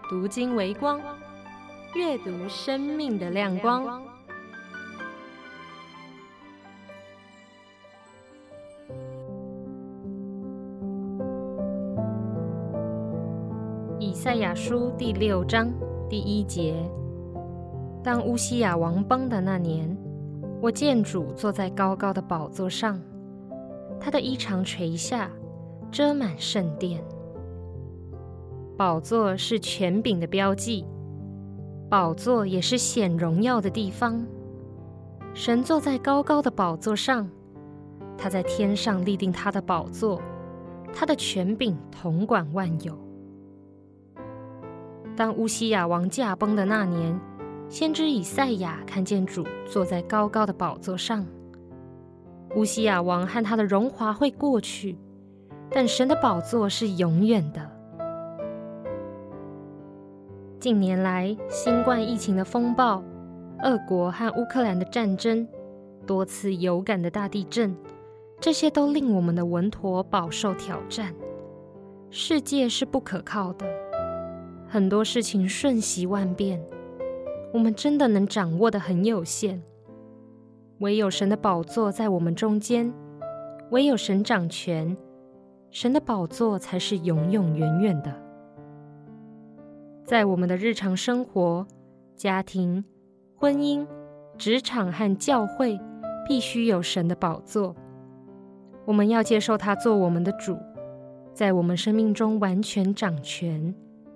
读经为光，阅读生命的亮光。以赛亚书第6章第1节：当乌西雅王崩的那年，我见主坐在高高的宝座上，他的衣裳垂下，遮满圣殿。宝座是权柄的标记，宝座也是显荣耀的地方。神坐在高高的宝座上，他在天上立定他的宝座，他的权柄统管万有。当乌西雅王驾崩的那年，先知以赛亚看见主坐在高高的宝座上。乌西雅王和他的荣华会过去，但神的宝座是永远的。近年来，新冠疫情的风暴、俄国和乌克兰的战争、多次有感的大地震，这些都令我们的稳妥饱受挑战。世界是不可靠的，很多事情瞬息万变，我们真的能掌握的很有限。唯有神的宝座在我们中间，唯有神掌权，神的宝座才是永永远远的。在我们的日常生活、家庭、婚姻、职场和教会，必须有神的宝座。我们要接受他做我们的主，在我们生命中完全掌权。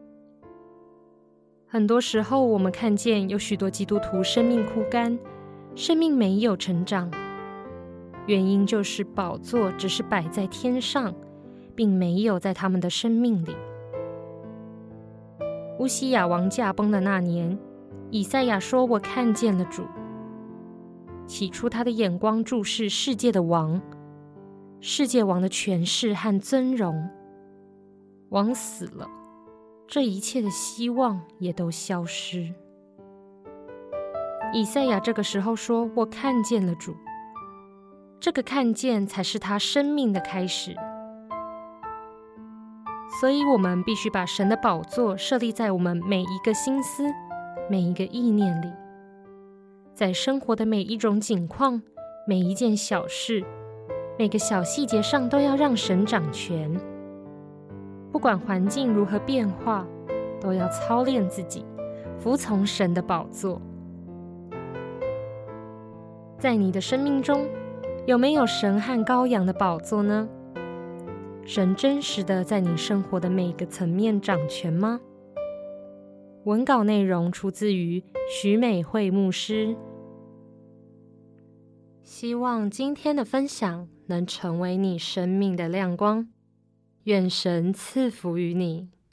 很多时候，我们看见有许多基督徒生命枯干，生命没有成长，原因就是宝座只是摆在天上，并没有在他们的生命里。乌西雅王驾崩的那年，以赛亚说：“我看见了主。”起初，他的眼光注视世界的王，世界王的权势和尊荣。王死了，这一切的希望也都消失。以赛亚这个时候说：“我看见了主。”这个看见才是他生命的开始。所以我们必须把神的宝座设立在我们每一个心思、每一个意念里，在生活的每一种景况、每一件小事、每个小细节上都要让神掌权。不管环境如何变化，都要操练自己，服从神的宝座。在你的生命中，有没有神和羔羊的宝座呢？神真实的在你生活的每个层面掌权吗？文稿内容出自于许美惠牧师。希望今天的分享能成为你生命的亮光，愿神赐福于你。